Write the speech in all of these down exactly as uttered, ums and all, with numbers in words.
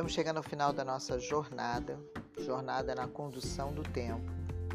Estamos chegando ao final da nossa jornada, jornada na condução do tempo.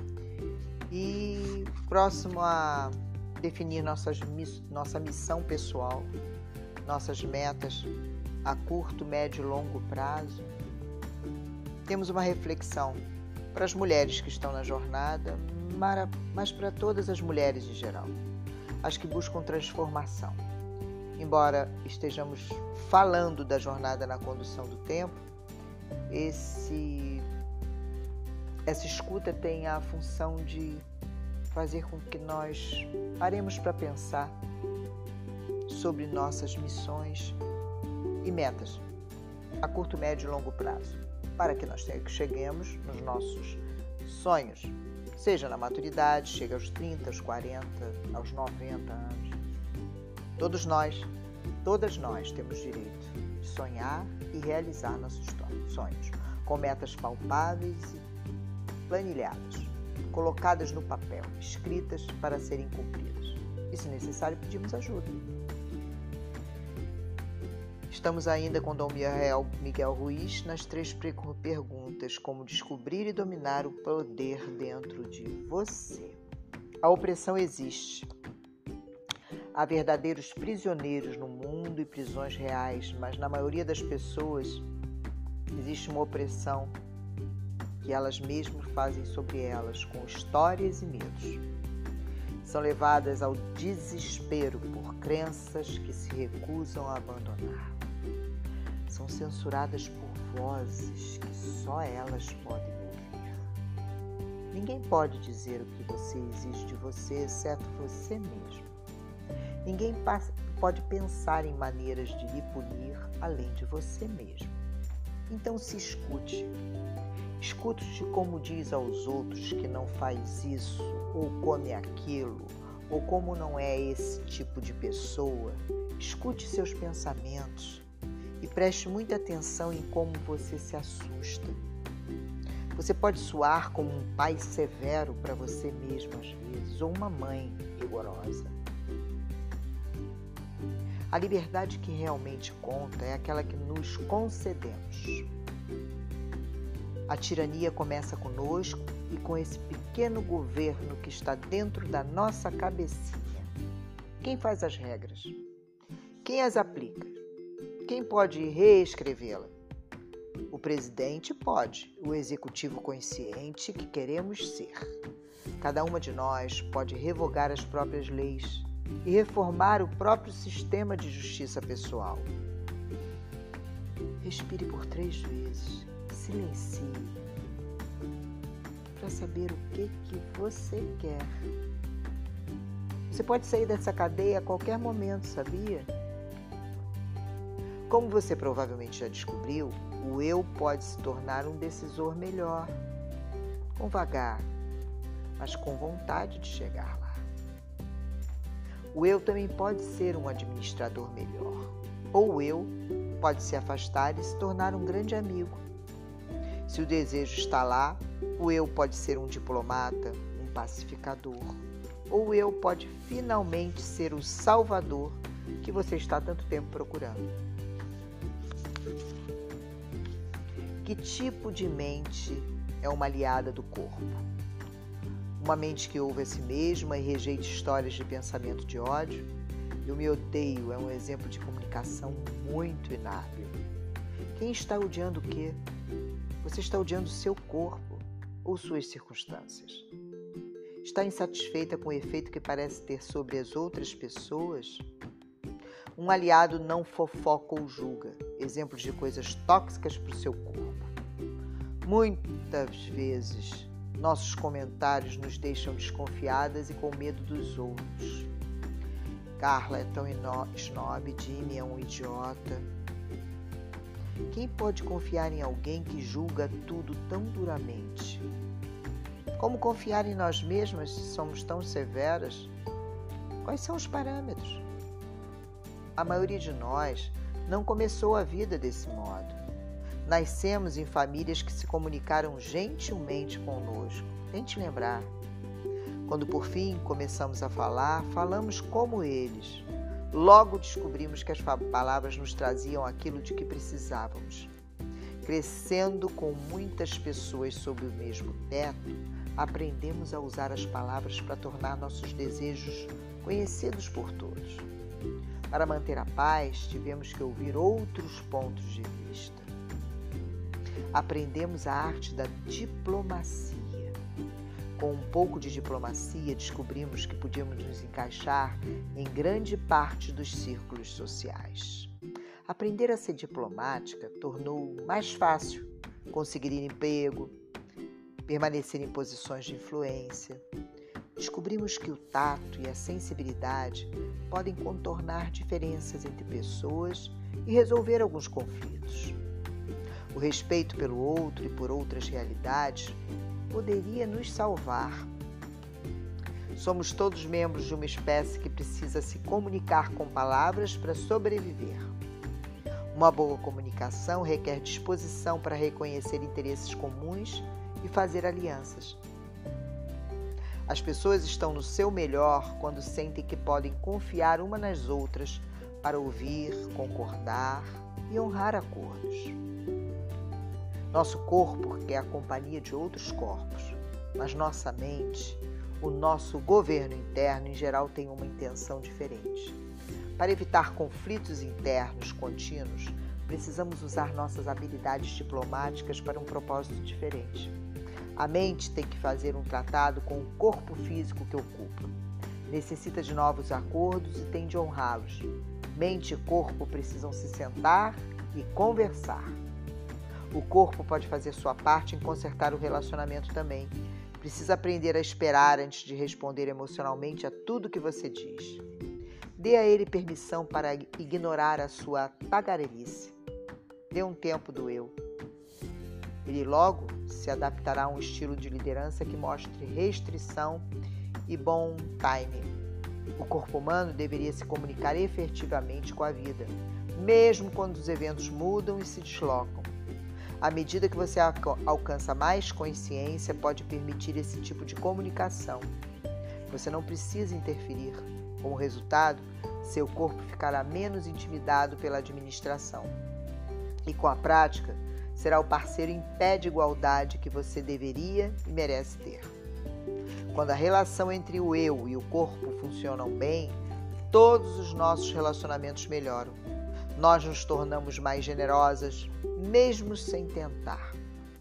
E próximo a definir nossas, nossa missão pessoal, nossas metas a curto, médio e longo prazo, temos uma reflexão para as mulheres que estão na jornada, mas para todas as mulheres em geral, as que buscam transformação. Embora estejamos falando da jornada na condução do tempo, esse, essa escuta tem a função de fazer com que nós paremos para pensar sobre nossas missões e metas a curto, médio e longo prazo, para que nós cheguemos nos nossos sonhos, seja na maturidade, chega aos trinta, aos quarenta, aos noventa anos. Todos nós, todas nós temos direito de sonhar e realizar nossos sonhos, com metas palpáveis e planilhadas, colocadas no papel, escritas para serem cumpridas. E, se necessário, pedimos ajuda. Estamos ainda com Dom Miguel Ruiz nas três perguntas: como descobrir e dominar o poder dentro de você. A opressão existe. Há verdadeiros prisioneiros no mundo e prisões reais, mas na maioria das pessoas existe uma opressão que elas mesmas fazem sobre elas, com histórias e medos. São levadas ao desespero por crenças que se recusam a abandonar. São censuradas por vozes que só elas podem ouvir. Ninguém pode dizer o que você exige de você, exceto você mesmo. Ninguém pode pensar em maneiras de lhe punir além de você mesmo. Então se escute. Escute-te como diz aos outros que não faz isso, ou come aquilo, ou como não é esse tipo de pessoa. Escute seus pensamentos e preste muita atenção em como você se assusta. Você pode soar como um pai severo para você mesmo às vezes, ou uma mãe rigorosa. A liberdade que realmente conta é aquela que nos concedemos. A tirania começa conosco e com esse pequeno governo que está dentro da nossa cabecinha. Quem faz as regras? Quem as aplica? Quem pode reescrevê-la? O presidente pode, o executivo consciente que queremos ser. Cada uma de nós pode revogar as próprias leis e reformar o próprio sistema de justiça pessoal. Respire por três vezes, silencie, para saber o que, que você quer. Você pode sair dessa cadeia a qualquer momento, sabia? Como você provavelmente já descobriu, o eu pode se tornar um decisor melhor, com vagar, mas com vontade de chegar lá. O eu também pode ser um administrador melhor, ou o eu pode se afastar e se tornar um grande amigo. Se o desejo está lá, o eu pode ser um diplomata, um pacificador, ou o eu pode finalmente ser o salvador que você está há tanto tempo procurando. Que tipo de mente é uma aliada do corpo? Uma mente que ouve a si mesma e rejeita histórias de pensamento de ódio? Eu me odeio é um exemplo de comunicação muito inábil. Quem está odiando o quê? Você está odiando seu corpo ou suas circunstâncias? Está insatisfeita com o efeito que parece ter sobre as outras pessoas? Um aliado não fofoca ou julga, exemplos de coisas tóxicas para o seu corpo. Muitas vezes, nossos comentários nos deixam desconfiadas e com medo dos outros. Carla é tão snob, Jimmy é um idiota. Quem pode confiar em alguém que julga tudo tão duramente? Como confiar em nós mesmas se somos tão severas? Quais são os parâmetros? A maioria de nós não começou a vida desse modo. Nascemos em famílias que se comunicaram gentilmente conosco. Tente lembrar. Quando por fim começamos a falar, falamos como eles. Logo descobrimos que as palavras nos traziam aquilo de que precisávamos. Crescendo com muitas pessoas sob o mesmo teto, aprendemos a usar as palavras para tornar nossos desejos conhecidos por todos. Para manter a paz, tivemos que ouvir outros pontos de vista. Aprendemos a arte da diplomacia. Com um pouco de diplomacia, descobrimos que podíamos nos encaixar em grande parte dos círculos sociais. Aprender a ser diplomática tornou mais fácil conseguir emprego, permanecer em posições de influência. Descobrimos que o tato e a sensibilidade podem contornar diferenças entre pessoas e resolver alguns conflitos. O respeito pelo outro e por outras realidades poderia nos salvar. Somos todos membros de uma espécie que precisa se comunicar com palavras para sobreviver. Uma boa comunicação requer disposição para reconhecer interesses comuns e fazer alianças. As pessoas estão no seu melhor quando sentem que podem confiar uma nas outras para ouvir, concordar e honrar acordos. Nosso corpo quer a companhia de outros corpos, mas nossa mente, o nosso governo interno, em geral, tem uma intenção diferente. Para evitar conflitos internos contínuos, precisamos usar nossas habilidades diplomáticas para um propósito diferente. A mente tem que fazer um tratado com o corpo físico que ocupa. Necessita de novos acordos e tem de honrá-los. Mente e corpo precisam se sentar e conversar. O corpo pode fazer sua parte em consertar o relacionamento também. Precisa aprender a esperar antes de responder emocionalmente a tudo que você diz. Dê a ele permissão para ignorar a sua tagarelice. Dê um tempo do eu. Ele logo se adaptará a um estilo de liderança que mostre restrição e bom timing. O corpo humano deveria se comunicar efetivamente com a vida, mesmo quando os eventos mudam e se deslocam. À medida que você alcança mais consciência, pode permitir esse tipo de comunicação. Você não precisa interferir. Como resultado, seu corpo ficará menos intimidado pela administração. E com a prática, será o parceiro em pé de igualdade que você deveria e merece ter. Quando a relação entre o eu e o corpo funcionam bem, todos os nossos relacionamentos melhoram. Nós nos tornamos mais generosas, mesmo sem tentar.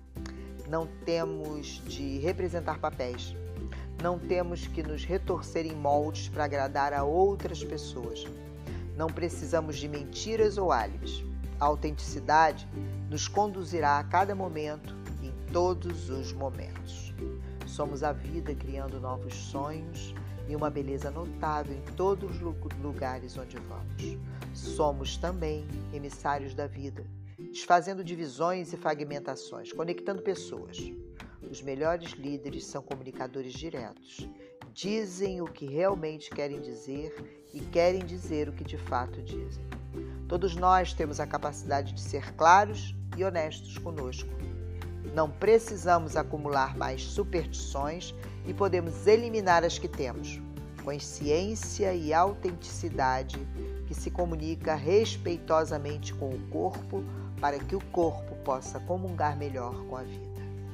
Não temos de representar papéis. Não temos que nos retorcer em moldes para agradar a outras pessoas. Não precisamos de mentiras ou álibis. A autenticidade nos conduzirá a cada momento, em todos os momentos. Somos a vida criando novos sonhos e uma beleza notável em todos os lugares onde vamos. Somos também emissários da vida, desfazendo divisões e fragmentações, conectando pessoas. Os melhores líderes são comunicadores diretos. Dizem o que realmente querem dizer e querem dizer o que de fato dizem. Todos nós temos a capacidade de ser claros e honestos conosco. Não precisamos acumular mais superstições e podemos eliminar as que temos. Consciência e autenticidade que se comunica respeitosamente com o corpo para que o corpo possa comungar melhor com a vida.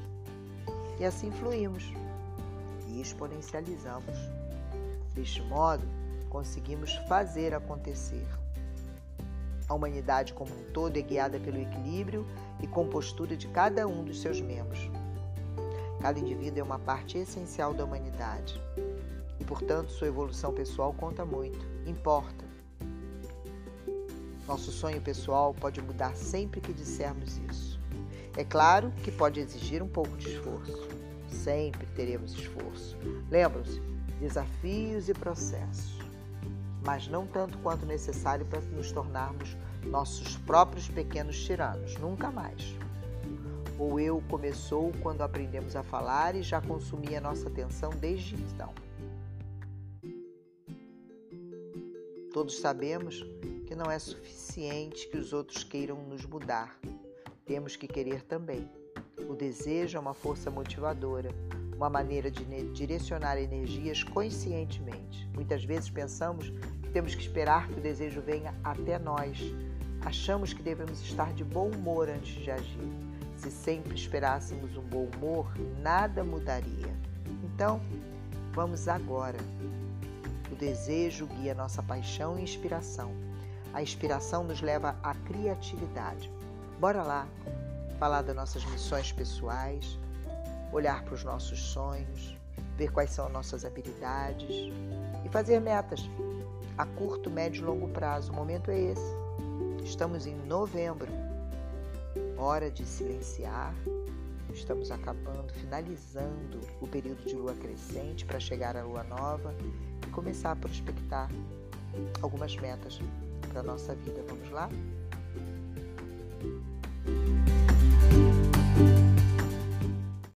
E assim fluímos e exponencializamos. Deste modo, conseguimos fazer acontecer. A humanidade como um todo é guiada pelo equilíbrio e compostura de cada um dos seus membros. Cada indivíduo é uma parte essencial da humanidade e, portanto, sua evolução pessoal conta muito, importa. Nosso sonho pessoal pode mudar sempre que dissermos isso. É claro que pode exigir um pouco de esforço. Sempre teremos esforço. Lembram-se, desafios e processos. Mas não tanto quanto necessário para nos tornarmos nossos próprios pequenos tiranos. Nunca mais. O eu começou quando aprendemos a falar e já consumia nossa atenção desde então. Todos sabemos que não é suficiente que os outros queiram nos mudar. Temos que querer também. O desejo é uma força motivadora, uma maneira de direcionar energias conscientemente. Muitas vezes pensamos que temos que esperar que o desejo venha até nós. Achamos que devemos estar de bom humor antes de agir. Se sempre esperássemos um bom humor, nada mudaria. Então, vamos agora. O desejo guia nossa paixão e inspiração. A inspiração nos leva à criatividade. Bora lá falar das nossas missões pessoais, olhar para os nossos sonhos, ver quais são nossas habilidades e fazer metas a curto, médio e longo prazo. O momento é esse. Estamos em novembro. Hora de silenciar. Estamos acabando, finalizando o período de lua crescente para chegar à lua nova e começar a prospectar algumas metas para a nossa vida. Vamos lá?